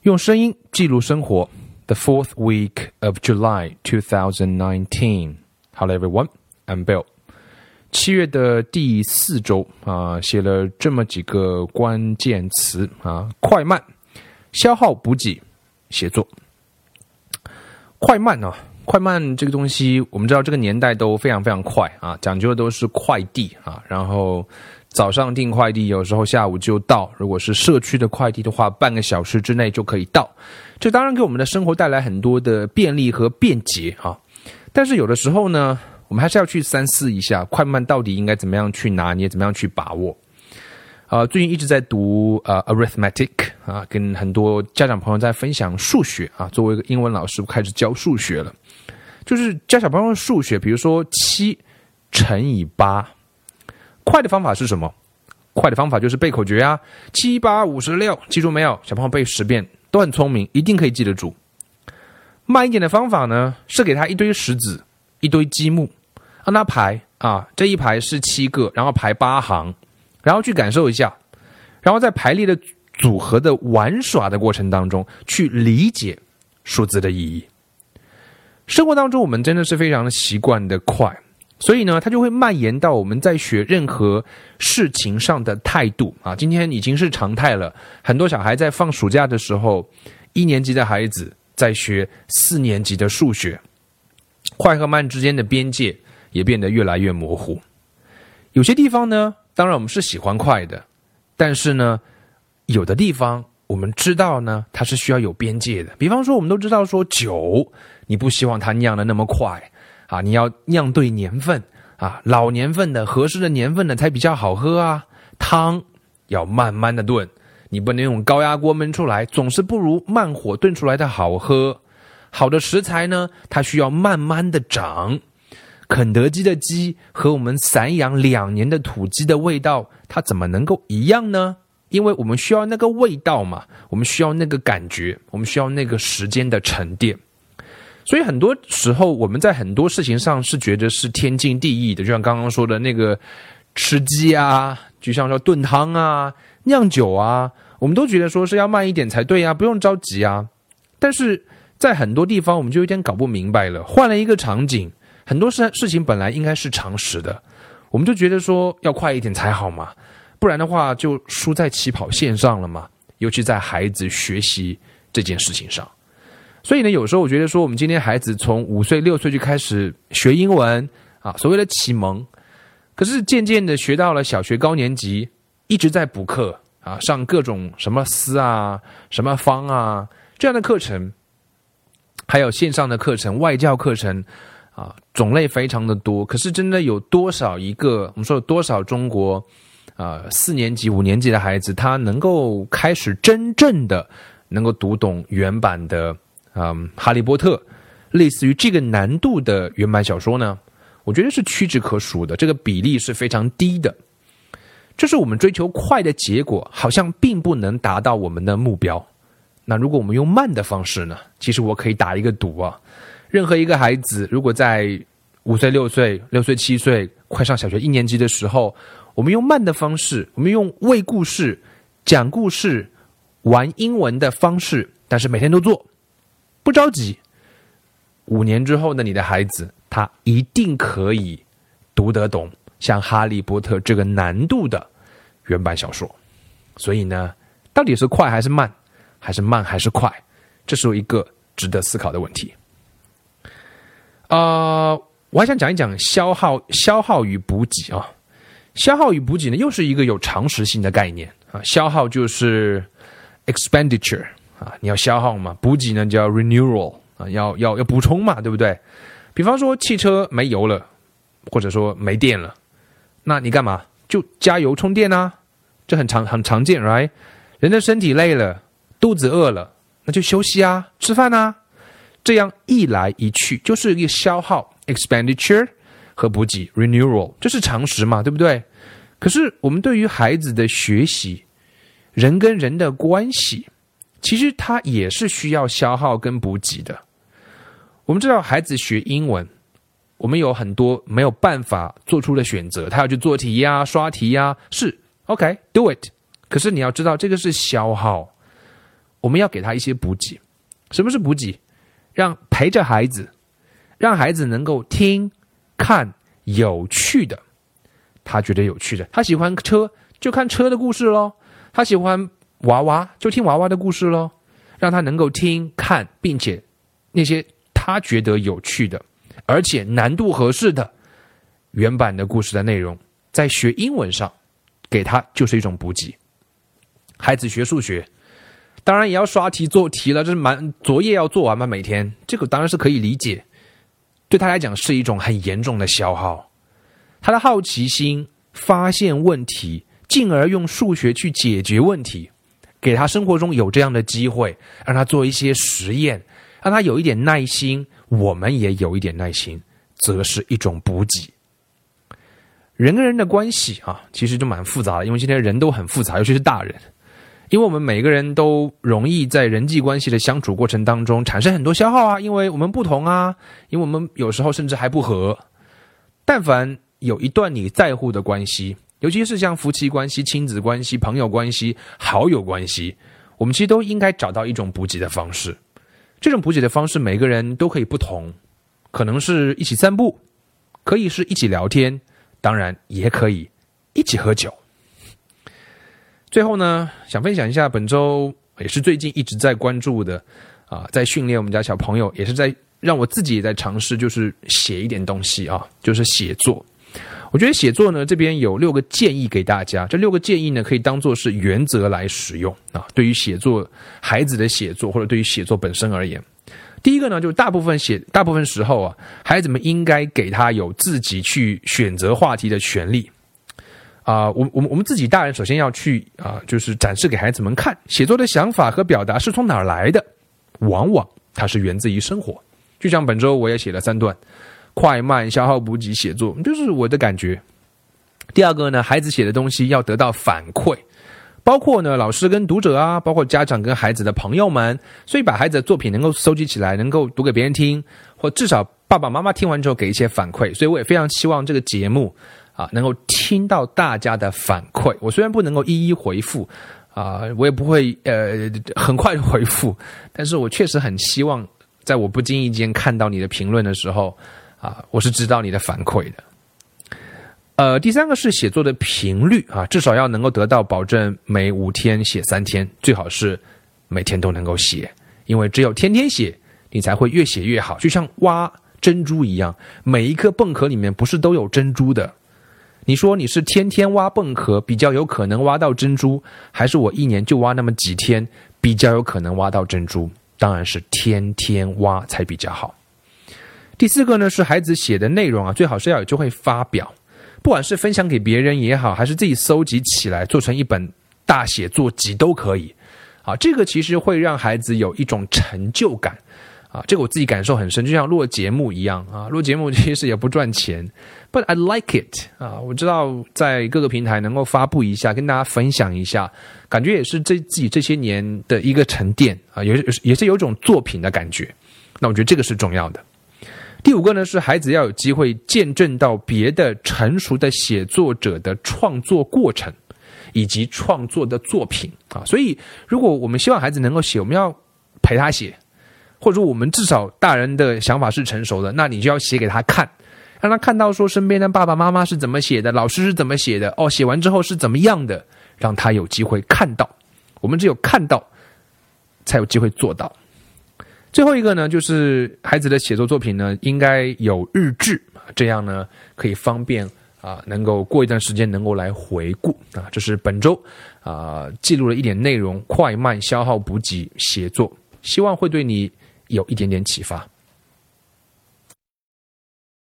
用声音记录生活 The fourth week of July 2019 Hello everyone, I'm Bill 7月的第4周写了这么几个关键词快慢、消耗补给、写作。快慢这个东西我们知道这个年代都非常非常快讲究的都是快递然后早上订快递有时候下午就到，如果是社区的快递的话半个小时之内就可以到，这当然给我们的生活带来很多的便利和便捷但是有的时候呢我们还是要去三思一下快慢到底应该怎么样去拿捏，怎么样去把握。最近一直在读arithmetic 跟很多家长朋友在分享数学作为一个英文老师我开始教数学了，就是教小朋友数学，比如说7乘以8，快的方法是什么？快的方法就是背口诀7、8、56，记住没有？小朋友背10遍都很聪明，一定可以记得住。慢一点的方法呢，是给他一堆石子，一堆积木，让他排这一排是7个，然后排8行，然后去感受一下，然后在排列的组合的玩耍的过程当中，去理解数字的意义。生活当中我们真的是非常习惯的快，所以呢它就会蔓延到我们在学任何事情上的态度今天已经是常态了，很多小孩在放暑假的时候1年级的孩子在学4年级的数学，快和慢之间的边界也变得越来越模糊。有些地方呢当然我们是喜欢快的，但是呢有的地方我们知道呢它是需要有边界的。比方说我们都知道说酒你不希望它酿的那么快你要酿对年份老年份的合适的年份的才比较好喝汤要慢慢的炖，你不能用高压锅焖出来，总是不如慢火炖出来的好喝。好的食材呢它需要慢慢的长，肯德基的鸡和我们散养2年的土鸡的味道它怎么能够一样呢？因为我们需要那个味道嘛，我们需要那个感觉，我们需要那个时间的沉淀。所以很多时候我们在很多事情上是觉得是天经地义的，就像刚刚说的那个吃鸡就像说炖汤酿酒我们都觉得说是要慢一点才对不用着急但是在很多地方我们就有点搞不明白了，换了一个场景，很多事情本来应该是常识的，我们就觉得说要快一点才好嘛，不然的话就输在起跑线上了嘛，尤其在孩子学习这件事情上。所以呢有时候我觉得说我们今天孩子从5岁6岁就开始学英文所谓的启蒙，可是渐渐的学到了小学高年级一直在补课上各种什么思什么方这样的课程，还有线上的课程、外教课程种类非常的多。可是真的有多少一个，我们说有多少中国4年级5年级的孩子他能够开始真正的能够读懂原版的哈利波特类似于这个难度的原版小说呢？我觉得是屈指可数的，这个比例是非常低的。这是我们追求快的结果，好像并不能达到我们的目标。那如果我们用慢的方式呢？其实我可以打一个赌任何一个孩子如果在5岁6岁6岁7岁快上小学1年级的时候，我们用慢的方式，我们用喂故事、讲故事、玩英文的方式，但是每天都做，不着急，5年之后的你的孩子他一定可以读得懂像哈利波特这个难度的原版小说。所以呢到底是快还是慢，还是慢还是快，这是一个值得思考的问题。我还想讲一讲消耗与补给消耗与补给呢又是一个有常识性的概念消耗就是 expenditure你要消耗嘛，补给呢叫 renewal要补充嘛，对不对？比方说汽车没油了，或者说没电了，那你干嘛？就加油充电这很常见 right？ 人的身体累了，肚子饿了，那就休息吃饭这样一来一去就是一个消耗 expenditure 和补给 renewal， 这是常识嘛，对不对？可是我们对于孩子的学习，人跟人的关系，其实它也是需要消耗跟补给的。我们知道孩子学英文，我们有很多没有办法做出的选择，他要去做题刷题是 OK do it， 可是你要知道这个是消耗。 我们要给他一些补给。什么是补给？陪着孩子，让孩子能够听、看有趣的，他觉得有趣的。他喜欢车，就看车的故事咯；他喜欢娃娃，就听娃娃的故事咯。让他能够听、看，并且那些他觉得有趣的，而且难度合适的原版的故事的内容，在学英文上给他就是一种补给。孩子学数学，当然也要刷题做题了，这是作业要做完嘛，每天，这个当然是可以理解，对他来讲是一种很严重的消耗。他的好奇心，发现问题，进而用数学去解决问题，给他生活中有这样的机会，让他做一些实验，让他有一点耐心，我们也有一点耐心，则是一种补给。人跟人的关系啊，其实就蛮复杂的，因为今天人都很复杂，尤其是大人。因为我们每个人都容易在人际关系的相处过程当中产生很多消耗啊，因为我们不同啊，因为我们有时候甚至还不合。但凡有一段你在乎的关系，尤其是像夫妻关系、亲子关系、朋友关系、好友关系，我们其实都应该找到一种补给的方式。这种补给的方式每个人都可以不同，可能是一起散步，可以是一起聊天，当然也可以一起喝酒。最后呢，想分享一下本周也是最近一直在关注的在训练我们家小朋友，也是在让我自己也在尝试，就是写一点东西啊，就是写作。我觉得写作呢，这边有6个建议给大家，这6个建议呢可以当作是原则来使用啊。对于写作，孩子的写作或者对于写作本身而言，第一个呢，就是大部分时候啊，孩子们应该给他有自己去选择话题的权利。我们自己大人首先要去就是展示给孩子们看，写作的想法和表达是从哪儿来的，往往它是源自于生活。就像本周我也写了3段快慢消耗补给写作，就是我的感觉。第二个呢，孩子写的东西要得到反馈，包括呢老师跟读者啊，包括家长跟孩子的朋友们，所以把孩子的作品能够收集起来，能够读给别人听，或至少爸爸妈妈听完之后给一些反馈。所以我也非常希望这个节目能够听到大家的反馈。我虽然不能够一一回复我也不会很快的回复，但是我确实很希望在我不经意间看到你的评论的时候我是知道你的反馈的。第3个是写作的频率至少要能够得到保证，每5天写3天，最好是每天都能够写，因为只有天天写，你才会越写越好。就像挖珍珠一样，每一颗蚌壳里面不是都有珍珠的。你说你是天天挖蚌壳比较有可能挖到珍珠，还是我1年就挖那么几天比较有可能挖到珍珠？当然是天天挖才比较好。第4个呢，是孩子写的内容最好是要有机会发表，不管是分享给别人也好，还是自己搜集起来做成一本大写作集都可以这个其实会让孩子有一种成就感这个我自己感受很深，就像录节目一样录节目其实也不赚钱 ，but I like it 我知道在各个平台能够发布一下，跟大家分享一下，感觉也是自己这些年的一个沉淀也是有一种作品的感觉。那我觉得这个是重要的。第5个呢，是孩子要有机会见证到别的成熟的写作者的创作过程以及创作的作品所以如果我们希望孩子能够写，我们要陪他写，或者说我们至少大人的想法是成熟的，那你就要写给他看，让他看到说身边的爸爸妈妈是怎么写的，老师是怎么写的写完之后是怎么样的，让他有机会看到。我们只有看到才有机会做到。最后一个呢，就是孩子的写作作品呢应该有日志，这样呢可以方便能够过一段时间能够来回顾这是本周记录了一点内容，快慢消耗补给写作，希望会对你有一点点启发。